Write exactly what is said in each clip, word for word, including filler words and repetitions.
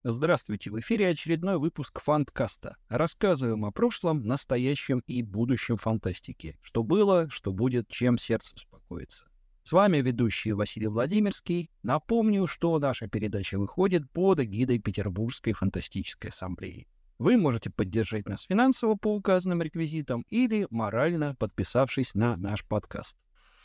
Здравствуйте, в эфире очередной выпуск Фанткаста. Рассказываем о прошлом, настоящем и будущем фантастики. Что было, что будет, чем сердце успокоится. С вами ведущий Василий Владимирский. Напомню, что наша передача выходит под эгидой Петербургской фантастической ассамблеи. Вы можете поддержать нас финансово по указанным реквизитам или морально подписавшись на наш подкаст.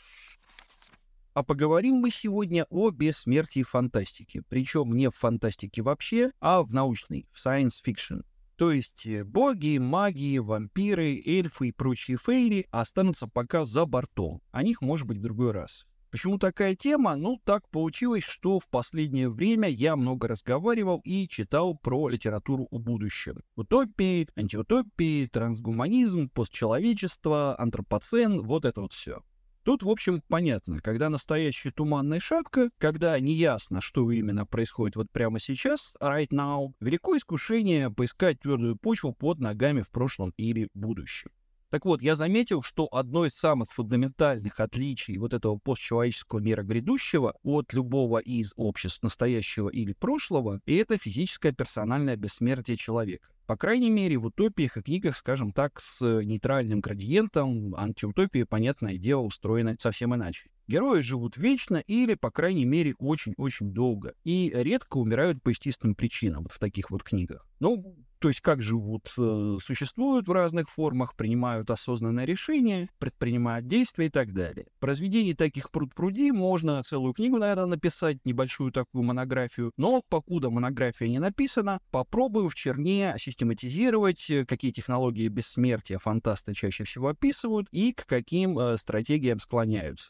А поговорим мы сегодня о бессмертии фантастики. Причем не в фантастике вообще, а в научной, в science fiction. То есть боги, маги, вампиры, эльфы и прочие фейри останутся пока за бортом. О них, может быть, в другой раз. Почему такая тема? Ну, так получилось, что в последнее время я много разговаривал и читал про литературу о будущем. Утопии, антиутопии, трансгуманизм, постчеловечество, антропоцен, вот это вот все. Тут, в общем, понятно, когда настоящая туманная шапка, когда неясно, что именно происходит вот прямо сейчас, right now, велико искушение поискать твердую почву под ногами в прошлом или будущем. Так вот, я заметил, что одно из самых фундаментальных отличий вот этого постчеловеческого мира грядущего от любого из обществ настоящего или прошлого, это физическое персональное бессмертие человека. По крайней мере, в утопиях и книгах, скажем так, с нейтральным градиентом, антиутопии, понятное дело, устроены совсем иначе. Герои живут вечно или, по крайней мере, очень-очень долго. И редко умирают по естественным причинам, вот в таких вот книгах. Ну, то есть как живут? Существуют в разных формах, принимают осознанные решения, предпринимают действия и так далее. Произведений таких пруд-пруди, можно целую книгу, наверное, написать, небольшую такую монографию. Но покуда монография не написана, попробую в черне систематизировать, какие технологии бессмертия фантасты чаще всего описывают и к каким э, стратегиям склоняются.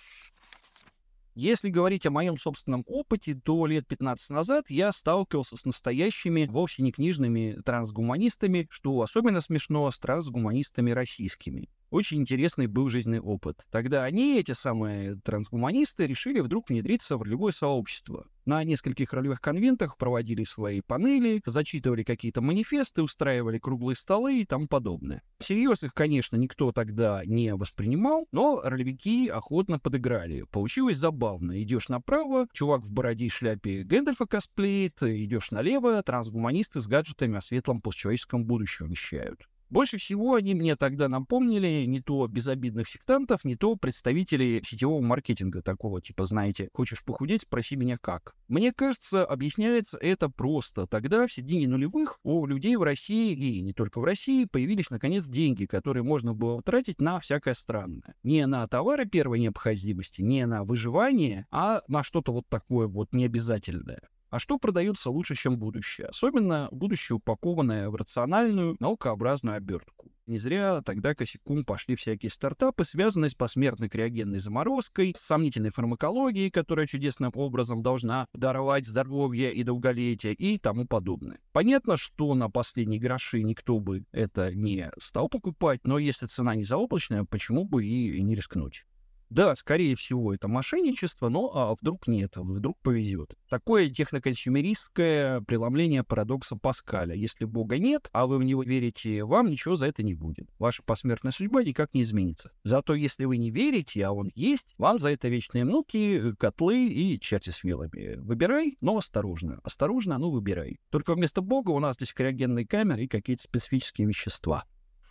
Если говорить о моем собственном опыте, то лет пятнадцать назад я сталкивался с настоящими, вовсе не книжными трансгуманистами, что особенно смешно, с трансгуманистами российскими. Очень интересный был жизненный опыт. Тогда они, эти самые трансгуманисты, решили вдруг внедриться в ролевое сообщество. На нескольких ролевых конвентах проводили свои панели, зачитывали какие-то манифесты, устраивали круглые столы и тому подобное. Всерьез их, конечно, никто тогда не воспринимал, но ролевики охотно подыграли. Получилось забавно. Идешь направо, чувак в бороде и шляпе Гэндальфа косплеит, идешь налево, трансгуманисты с гаджетами о светлом постчеловеческом будущем вещают. Больше всего они мне тогда напомнили не то безобидных сектантов, не то представителей сетевого маркетинга такого типа, знаете, хочешь похудеть, спроси меня как. Мне кажется, объясняется это просто. Тогда, в середине нулевых, у людей в России, и не только в России, появились, наконец, деньги, которые можно было тратить на всякое странное. Не на товары первой необходимости, не на выживание, а на что-то вот такое вот необязательное. А что продается лучше, чем будущее? Особенно будущее, упакованное в рациональную, наукообразную обертку. Не зря тогда косяком пошли всякие стартапы, связанные с посмертной криогенной заморозкой, с сомнительной фармакологией, которая чудесным образом должна даровать здоровье и долголетие и тому подобное. Понятно, что на последние гроши никто бы это не стал покупать, но если цена не заоблачная, почему бы и не рискнуть? Да, скорее всего, это мошенничество, но а вдруг нет, вдруг повезет. Такое техноконсюмеристское преломление парадокса Паскаля. Если Бога нет, а вы в него верите, вам ничего за это не будет. Ваша посмертная судьба никак не изменится. Зато если вы не верите, а он есть, вам за это вечные муки, котлы и черти с вилами. Выбирай, но осторожно. Осторожно, но выбирай. Только вместо Бога у нас здесь криогенные камеры и какие-то специфические вещества.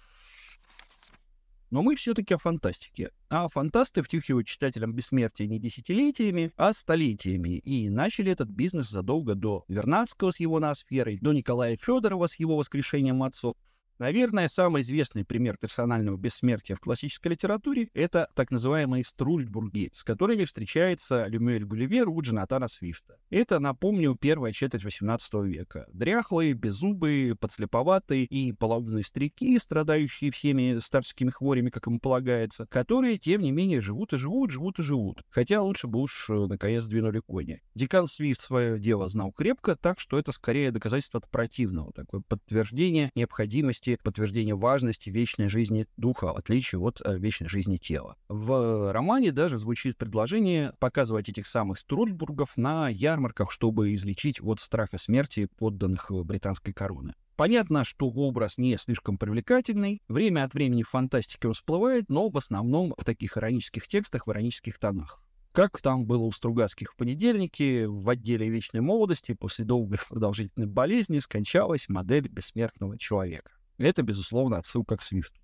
Но мы все-таки о фантастике. А фантасты втюхивают читателям бессмертие не десятилетиями, а столетиями. И начали этот бизнес задолго до Вернадского с его ноосферой, до Николая Федорова с его воскрешением отцов. Наверное, самый известный пример персонального бессмертия в классической литературе — это так называемые струльбурги, с которыми встречается Люмюэль Гулливер у Джонатана Свифта. Это, напомню, первая четверть восемнадцатого века. Дряхлые, беззубые, подслеповатые и полоумные старики, страдающие всеми старческими хворями, как им полагается, которые, тем не менее, живут и живут, живут и живут. Хотя лучше бы уж, наконец, двинули кони. Декан Свифт свое дело знал крепко, так что это скорее доказательство противного, такое подтверждение необходимости, подтверждение важности вечной жизни духа, в отличие от э, вечной жизни тела. В романе даже звучит предложение показывать этих самых струльбургов на ярмарках, чтобы излечить от страха смерти подданных британской короны. Понятно, что образ не слишком привлекательный, время от времени в фантастике он всплывает, но в основном в таких иронических текстах, в иронических тонах. Как там было у Стругацких в понедельнике, в отделе вечной молодости после долгой продолжительной болезни скончалась модель бессмертного человека. Это, безусловно, отсылка к Свифту.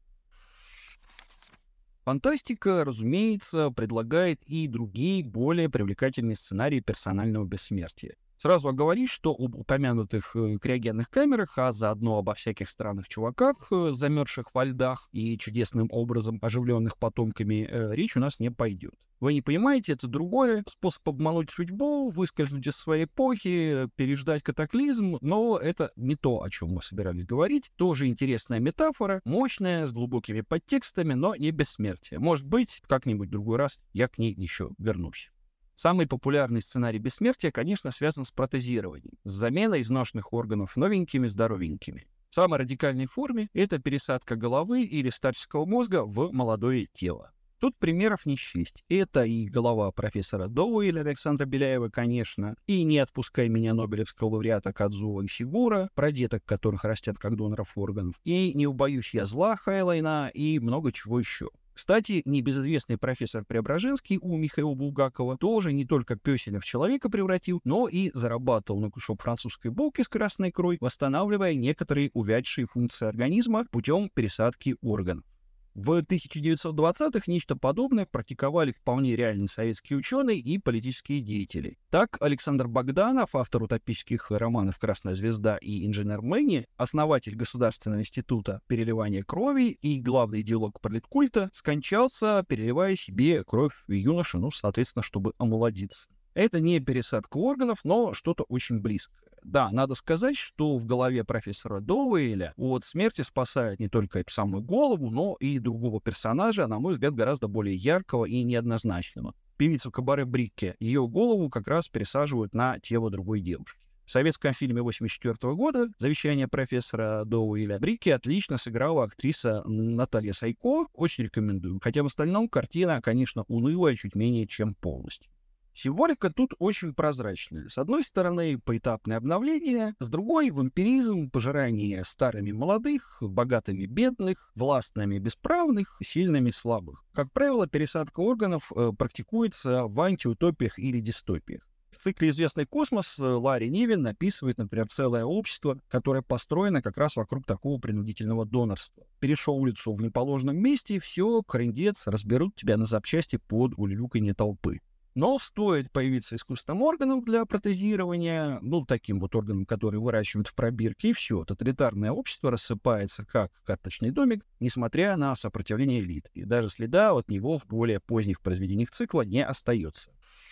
Фантастика, разумеется, предлагает и другие, более привлекательные сценарии персонального бессмертия. Сразу оговорюсь, что об упомянутых э, криогенных камерах, а заодно обо всяких странных чуваках, э, замерзших во льдах и чудесным образом оживленных потомками, э, речь у нас не пойдет. Вы не понимаете, это другой способ обмануть судьбу, выскользнуть из своей эпохи, переждать катаклизм, но это не то, о чем мы собирались говорить. Тоже интересная метафора, мощная, с глубокими подтекстами, но не бессмертие. Может быть, как-нибудь в другой раз я к ней еще вернусь. Самый популярный сценарий бессмертия, конечно, связан с протезированием, с заменой изношенных органов новенькими, здоровенькими. В самой радикальной форме это пересадка головы или старческого мозга в молодое тело. Тут примеров не счесть. Это и голова профессора Доуэля Александра Беляева, конечно, и «Не отпускай меня» нобелевского лауреата Кадзуо Исигура, про деток, которых растят как доноров органов, и «Не убоюсь я зла» Хайлайна и много чего еще. Кстати, небезызвестный профессор Преображенский у Михаила Булгакова тоже не только пёселя в человека превратил, но и зарабатывал на кусок французской булки с красной икрой, восстанавливая некоторые увядшие функции организма путем пересадки органов. В тысяча девятьсот двадцатых нечто подобное практиковали вполне реальные советские ученые и политические деятели. Так, Александр Богданов, автор утопических романов «Красная звезда» и «Инженер Мэнни», основатель Государственного института переливания крови и главный идеолог политкульта, скончался, переливая себе кровь юноши, ну, соответственно, чтобы омолодиться. Это не пересадка органов, но что-то очень близкое. Да, надо сказать, что в голове профессора Доуэля от смерти спасает не только эту самую голову, но и другого персонажа, на мой взгляд, гораздо более яркого и неоднозначного. Певицу Кабаре Брикке. Ее голову как раз пересаживают на тело другой девушки. В советском фильме восемьдесят четвёртого года «Завещание профессора Доуэля» Брикке отлично сыграла актриса Наталья Сайко. Очень рекомендую. Хотя в остальном картина, конечно, унылая чуть менее чем полностью. Символика тут очень прозрачная. С одной стороны, поэтапное обновление, с другой — вампиризм, пожирание старыми молодых, богатыми бедных, властными бесправных, сильными слабых. Как правило, пересадка органов э, практикуется в антиутопиях или дистопиях. В цикле «Известный космос» Ларри Нивен описывает, например, целое общество, которое построено как раз вокруг такого принудительного донорства. Перешел улицу в неположенном месте, все, крындец, разберут тебя на запчасти под улюлюканье толпы. Но стоит появиться искусственным органом для протезирования, ну, таким вот органом, который выращивают в пробирке, и все, тоталитарное общество рассыпается как карточный домик, несмотря на сопротивление элит. И даже следа от него в более поздних произведениях цикла не остается.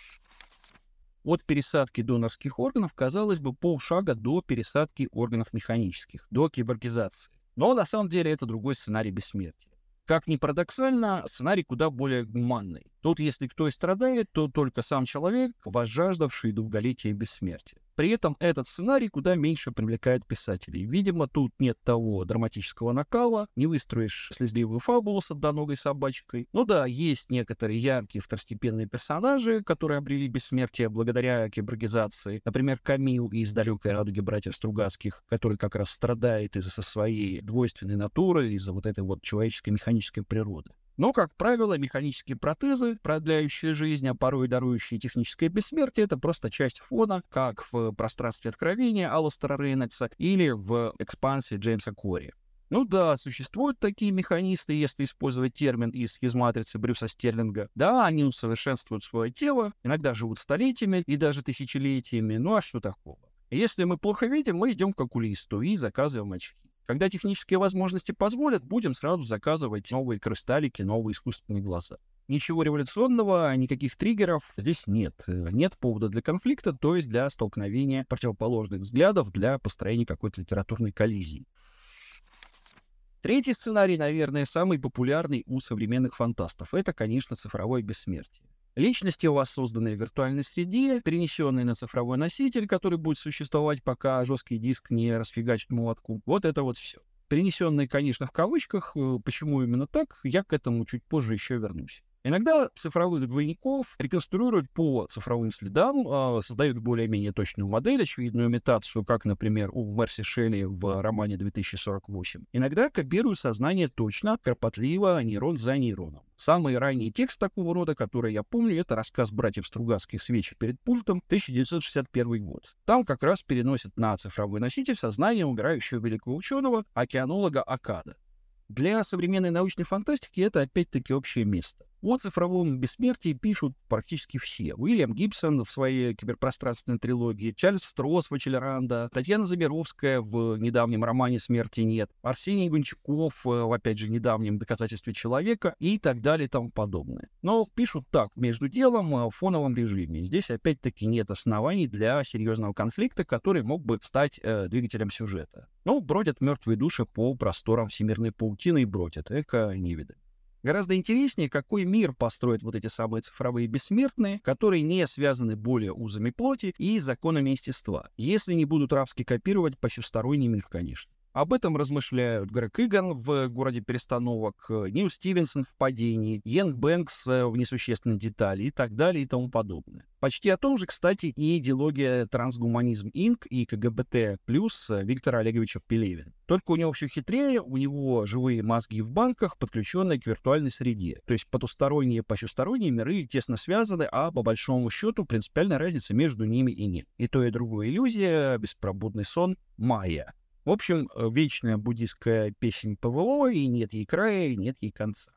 От пересадки донорских органов, казалось бы, полшага до пересадки органов механических, до киборгизации. Но на самом деле это другой сценарий бессмертия. Как ни парадоксально, сценарий куда более гуманный. Тут, если кто и страдает, то только сам человек, возжаждавший долголетия бессмертия. При этом этот сценарий куда меньше привлекает писателей. Видимо, тут нет того драматического накала, не выстроишь слезливую фабулу с одноногой собачкой. Ну да, есть некоторые яркие второстепенные персонажи, которые обрели бессмертие благодаря киборгизации. Например, Камил из «Далекой радуги» братьев Стругацких, который как раз страдает из-за своей двойственной натуры, из-за вот этой вот человеческой механической природы. Но, как правило, механические протезы, продляющие жизнь, а порой дарующие техническое бессмертие, это просто часть фона, как в «Пространстве откровения» Алластера Рейнольдса или в «Экспансии» Джеймса Кори. Ну да, существуют такие механисты, если использовать термин из «Хизматрицы» Брюса Стерлинга. Да, они усовершенствуют свое тело, иногда живут столетиями и даже тысячелетиями, ну а что такого? Если мы плохо видим, мы идем к окулисту и заказываем очки. Когда технические возможности позволят, будем сразу заказывать новые кристаллики, новые искусственные глаза. Ничего революционного, никаких триггеров здесь нет. Нет повода для конфликта, то есть для столкновения противоположных взглядов, для построения какой-то литературной коллизии. Третий сценарий, наверное, самый популярный у современных фантастов. Это, конечно, цифровое бессмертие. Личности, воссозданные в виртуальной среде, перенесенные на цифровой носитель, который будет существовать, пока жесткий диск не расфигачит молотку. Вот это вот все. Перенесенные, конечно, в кавычках. Почему именно так, я к этому чуть позже еще вернусь. Иногда цифровых двойников реконструируют по цифровым следам, создают более-менее точную модель, очевидную имитацию, как, например, у Мерси Шелли в романе две тысячи сорок восемь. Иногда копируют сознание точно, кропотливо, нейрон за нейроном. Самый ранний текст такого рода, который я помню, это рассказ братьев Стругацких «Свечи перед пультом», тысяча девятьсот шестьдесят первый год. Там как раз переносят на цифровой носитель сознание умирающего великого ученого, океанолога Акада. Для современной научной фантастики это опять-таки общее место. О цифровом бессмертии пишут практически все. Уильям Гибсон в своей киберпространственной трилогии, Чарльз Стросс в Очелеранда, Татьяна Замировская в недавнем романе «Смерти нет», Арсений Гончаков в, опять же, недавнем «Доказательстве человека» и так далее и тому подобное. Но пишут так, между делом, в фоновом режиме. Здесь опять-таки нет оснований для серьезного конфликта, который мог бы стать э, двигателем сюжета. Ну, бродят мертвые души по просторам всемирной паутины и бродят, эко невиды. Гораздо интереснее, какой мир построят вот эти самые цифровые бессмертные, которые не связаны более узами плоти и законами естества, если не будут рабски копировать потусторонний мир, конечно. Об этом размышляют Грег Иган в «Городе перестановок», Нил Стивенсон в «Падении», Йен Бэнкс в «Несущественной детали» и так далее и тому подобное. Почти о том же, кстати, и идеология «Трансгуманизм инк» и ка гэ бэ тэ плюс Виктора Олеговича Пелевина. Только у него все хитрее, у него живые мозги в банках, подключенные к виртуальной среде. То есть потусторонние и потусторонние миры тесно связаны, а по большому счету принципиальной разницы между ними и нет. И то, и другое иллюзия, беспробудный сон, майя. В общем, вечная буддийская песнь пэ вэ о, и нет ей края, и нет ей конца.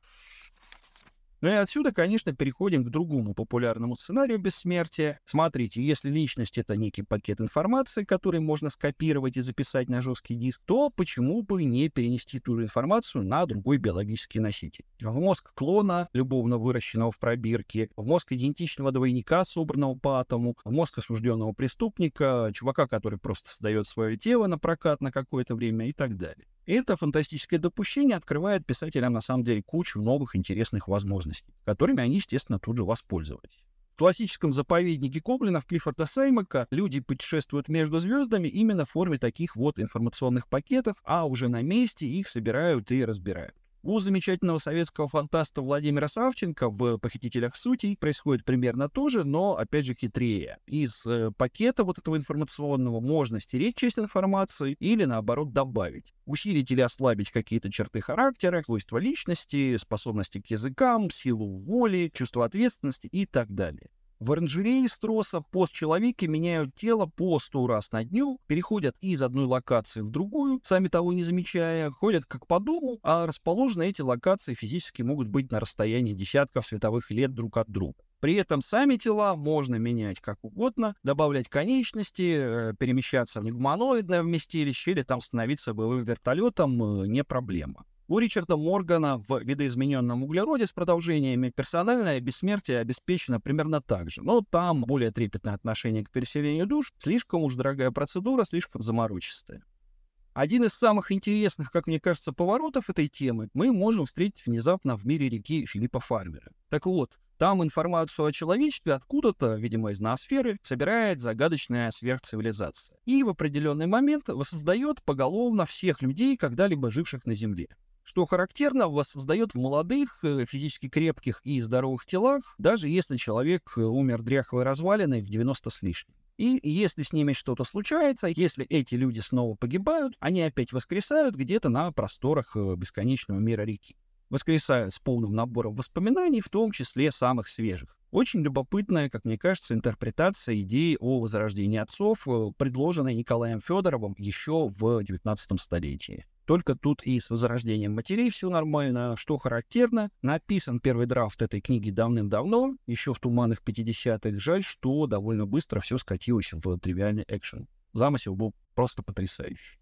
Ну и отсюда, конечно, переходим к другому популярному сценарию бессмертия. Смотрите, если личность — это некий пакет информации, который можно скопировать и записать на жесткий диск, то почему бы не перенести ту же информацию на другой биологический носитель? В мозг клона, любовно выращенного в пробирке, в мозг идентичного двойника, собранного по атому, в мозг осужденного преступника, чувака, который просто сдает свое тело на прокат на какое-то время и так далее. Это фантастическое допущение открывает писателям на самом деле кучу новых интересных возможностей, которыми они, естественно, тут же воспользовались. В классическом заповеднике гоблинов Клиффорда Сеймака люди путешествуют между звездами именно в форме таких вот информационных пакетов, а уже на месте их собирают и разбирают. У замечательного советского фантаста Владимира Савченко в «Похитителях сутей» происходит примерно то же, но, опять же, хитрее. Из э, пакета вот этого информационного можно стереть часть информации или, наоборот, добавить. Усилить или ослабить какие-то черты характера, свойства личности, способности к языкам, силу воли, чувство ответственности и так далее. В оранжерее Стросса постчеловеки меняют тело по сто раз на дню, переходят из одной локации в другую, сами того не замечая, ходят как по дому, а расположены эти локации физически могут быть на расстоянии десятков световых лет друг от друга. При этом сами тела можно менять как угодно, добавлять конечности, перемещаться в негуманоидное вместилище или там становиться боевым вертолетом не проблема. У Ричарда Моргана в «Видоизмененном углероде» с продолжениями персональное бессмертие обеспечено примерно так же, но там более трепетное отношение к переселению душ, слишком уж дорогая процедура, слишком заморочистая. Один из самых интересных, как мне кажется, поворотов этой темы мы можем встретить внезапно в мире реки Филиппа Фармера. Так вот, там информацию о человечестве откуда-то, видимо, из ноосферы, собирает загадочная сверхцивилизация. И в определенный момент воссоздает поголовно всех людей, когда-либо живших на Земле. Что характерно, воссоздает в молодых, физически крепких и здоровых телах, даже если человек умер дряхлой развалиной в девяносто с лишним. И если с ними что-то случается, если эти люди снова погибают, они опять воскресают где-то на просторах бесконечного мира реки. Воскресают с полным набором воспоминаний, в том числе самых свежих. Очень любопытная, как мне кажется, интерпретация идеи о возрождении отцов, предложенной Николаем Федоровым еще в девятнадцатом столетии. Только тут и с возрождением матерей все нормально. Что характерно, написан первый драфт этой книги давным-давно, еще в туманных пятидесятых. Жаль, что довольно быстро все скатилось в тривиальный экшен. Замысел был просто потрясающий.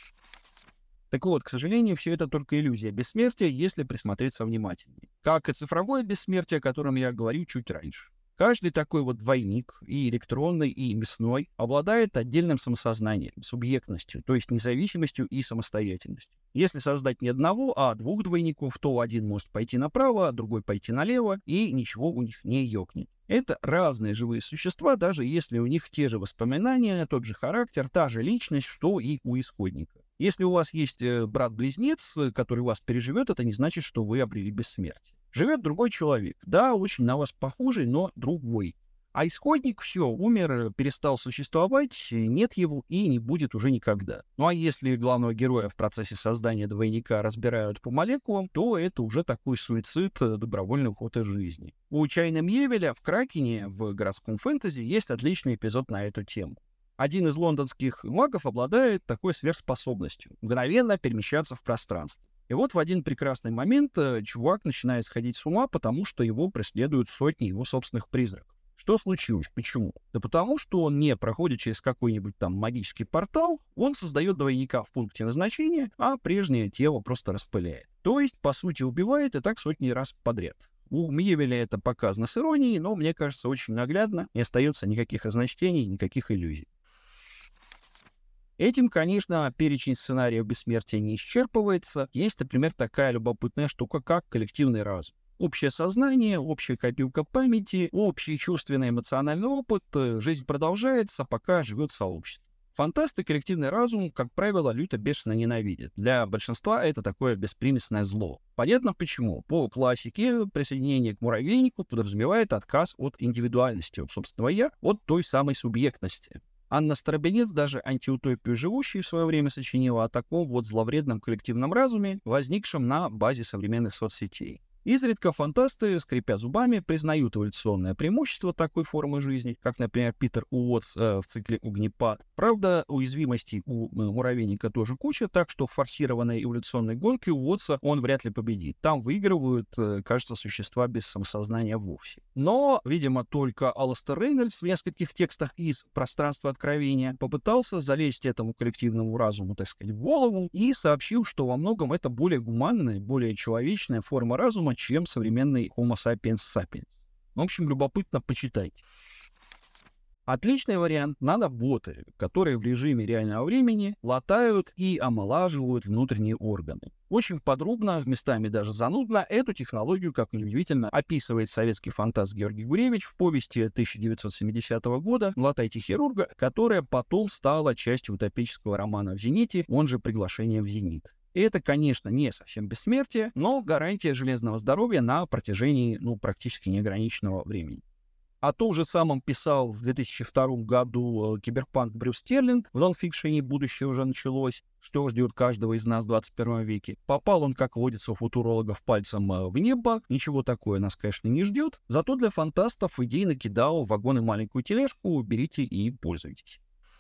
Так вот, к сожалению, все это только иллюзия бессмертия, если присмотреться внимательнее. Как и цифровое бессмертие, о котором я говорил чуть раньше. Каждый такой вот двойник, и электронный, и мясной, обладает отдельным самосознанием, субъектностью, то есть независимостью и самостоятельностью. Если создать не одного, а двух двойников, то один может пойти направо, а другой пойти налево, и ничего у них не ёкнет. Это разные живые существа, даже если у них те же воспоминания, тот же характер, та же личность, что и у исходника. Если у вас есть брат-близнец, который вас переживет, это не значит, что вы обрели бессмертие. Живет другой человек, да, очень на вас похожий, но другой. А исходник все, умер, перестал существовать, нет его и не будет уже никогда. Ну а если главного героя в процессе создания двойника разбирают по молекулам, то это уже такой суицид, добровольный уход из жизни. У Чайна Мьевеля в «Кракене» в городском фэнтези есть отличный эпизод на эту тему. Один из лондонских магов обладает такой сверхспособностью — мгновенно перемещаться в пространстве. И вот в один прекрасный момент чувак начинает сходить с ума, потому что его преследуют сотни его собственных призраков. Что случилось? Почему? Да потому, что он не проходит через какой-нибудь там магический портал, он создает двойника в пункте назначения, а прежнее тело просто распыляет. То есть, по сути, убивает и так сотни раз подряд. У Мьевеля это показано с иронией, но, мне кажется, очень наглядно, не остается никаких разночтений, никаких иллюзий. Этим, конечно, перечень сценариев бессмертия не исчерпывается. Есть, например, такая любопытная штука, как коллективный разум. Общее сознание, общая копилка памяти, общий чувственный эмоциональный опыт, жизнь продолжается, пока живет сообщество. Фантасты коллективный разум, как правило, люто бешено ненавидят. Для большинства это такое беспримесное зло. Понятно почему. По классике присоединение к муравейнику подразумевает отказ от индивидуальности, от собственного «я», от той самой субъектности. Анна Старобинец даже антиутопию «Живущие» в свое время сочинила о таком вот зловредном коллективном разуме, возникшем на базе современных соцсетей. Изредка фантасты, скрипя зубами, признают эволюционное преимущество такой формы жизни, как, например, Питер Уотс э, в цикле «Огнепад». Правда, уязвимостей у э, муравейника тоже куча, так что в форсированной эволюционной гонке у Уотса он вряд ли победит. Там выигрывают, э, кажется, существа без самосознания вовсе. Но, видимо, только Аластер Рейнольдс в нескольких текстах из «Пространства откровения» попытался залезть этому коллективному разуму, так сказать, в голову и сообщил, что во многом это более гуманная, более человечная форма разума, чем современный Homo sapiens sapiens. В общем, любопытно, почитайте. Отличный вариант — наноботы, которые в режиме реального времени латают и омолаживают внутренние органы. Очень подробно, местами даже занудно, эту технологию, как ни удивительно, описывает советский фантаст Георгий Гуревич в повести тысяча девятьсот семидесятого года «Латайте хирурга», которая потом стала частью утопического романа «В зените», он же «Приглашение в зенит». И это, конечно, не совсем бессмертие, но гарантия железного здоровья на протяжении, ну, практически неограниченного времени. О том же самом писал в две тысячи втором году киберпанк Брюс Стерлинг. В нонфикшене «Будущее уже началось», что ждет каждого из нас в двадцать первом веке. Попал он, как водится у футурологов, пальцем в небо. Ничего такое нас, конечно, не ждет. Зато для фантастов идей накидал вагон и маленькую тележку. Берите и пользуйтесь.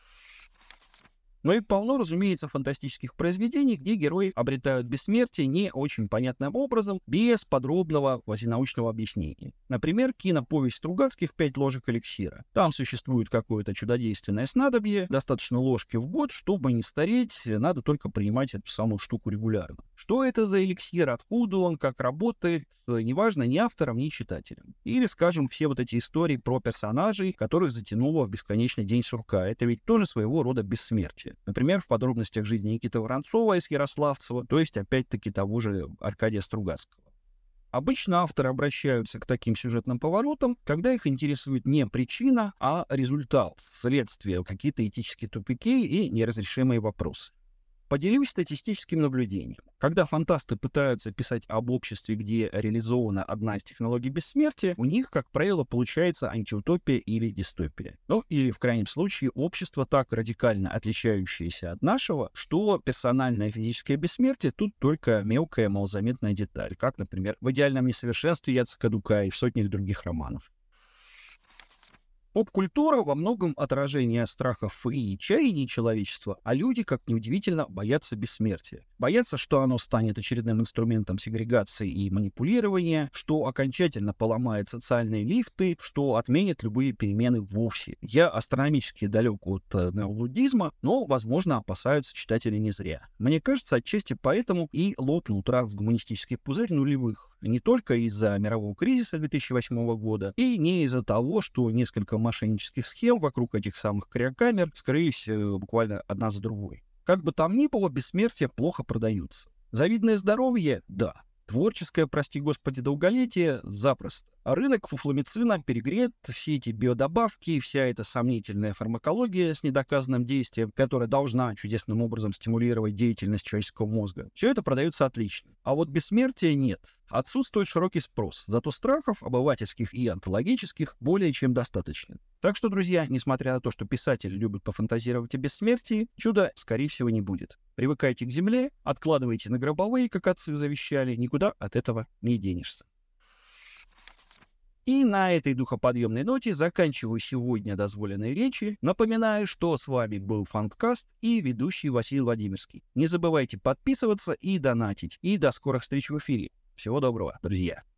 Но и полно, разумеется, фантастических произведений, где герои обретают бессмертие не очень понятным образом, без подробного квазинаучного объяснения. Например, киноповесть Стругацких «Пять ложек эликсира». Там существует какое-то чудодейственное снадобье, достаточно ложки в год, чтобы не стареть, надо только принимать эту самую штуку регулярно. Что это за эликсир, откуда он, как работает, неважно ни авторам, ни читателям. Или, скажем, все вот эти истории про персонажей, которых затянуло в бесконечный день сурка. Это ведь тоже своего рода бессмертие. Например, в подробностях жизни Никиты Воронцова из Ярославцева, то есть, опять-таки, того же Аркадия Стругацкого. Обычно авторы обращаются к таким сюжетным поворотам, когда их интересует не причина, а результат, следствие, какие-то этические тупики и неразрешимые вопросы. Поделюсь статистическим наблюдением. Когда фантасты пытаются писать об обществе, где реализована одна из технологий бессмертия, у них, как правило, получается антиутопия или дистопия. Ну, или, в крайнем случае, общество так радикально отличающееся от нашего, что персональное физическое бессмертие тут только мелкая, малозаметная деталь, как, например, в «Идеальном несовершенстве» Яцека Дука и в сотнях других романов. Поп-культура во многом отражение страхов и чаяний человечества, а люди, как ни удивительно, боятся бессмертия. Боятся, что оно станет очередным инструментом сегрегации и манипулирования, что окончательно поломает социальные лифты, что отменит любые перемены вовсе. Я астрономически далек от э, неолудизма, но, возможно, опасаются читатели не зря. Мне кажется, отчасти поэтому и лопнул трансгуманистический пузырь нулевых. Не только из-за мирового кризиса две тысячи восьмого года, и не из-за того, что несколько мошеннических схем вокруг этих самых криокамер скрылись э, буквально одна за другой. Как бы там ни было, бессмертие плохо продается. Завидное здоровье — да. Творческое, прости господи, долголетие запросто. А рынок фуфломицина перегрет, все эти биодобавки, вся эта сомнительная фармакология с недоказанным действием, которая должна чудесным образом стимулировать деятельность человеческого мозга, все это продается отлично. А вот бессмертия нет. Отсутствует широкий спрос, зато страхов, обывательских и онтологических, более чем достаточно. Так что, друзья, несмотря на то, что писатели любят пофантазировать о бессмертии, чуда, скорее всего, не будет. Привыкайте к земле, откладывайте на гробовые, как отцы завещали, никуда от этого не денешься. И на этой духоподъемной ноте заканчиваю сегодня дозволенные речи. Напоминаю, что с вами был Фанткаст и ведущий Василий Владимирский. Не забывайте подписываться и донатить. И до скорых встреч в эфире. Всего доброго, друзья.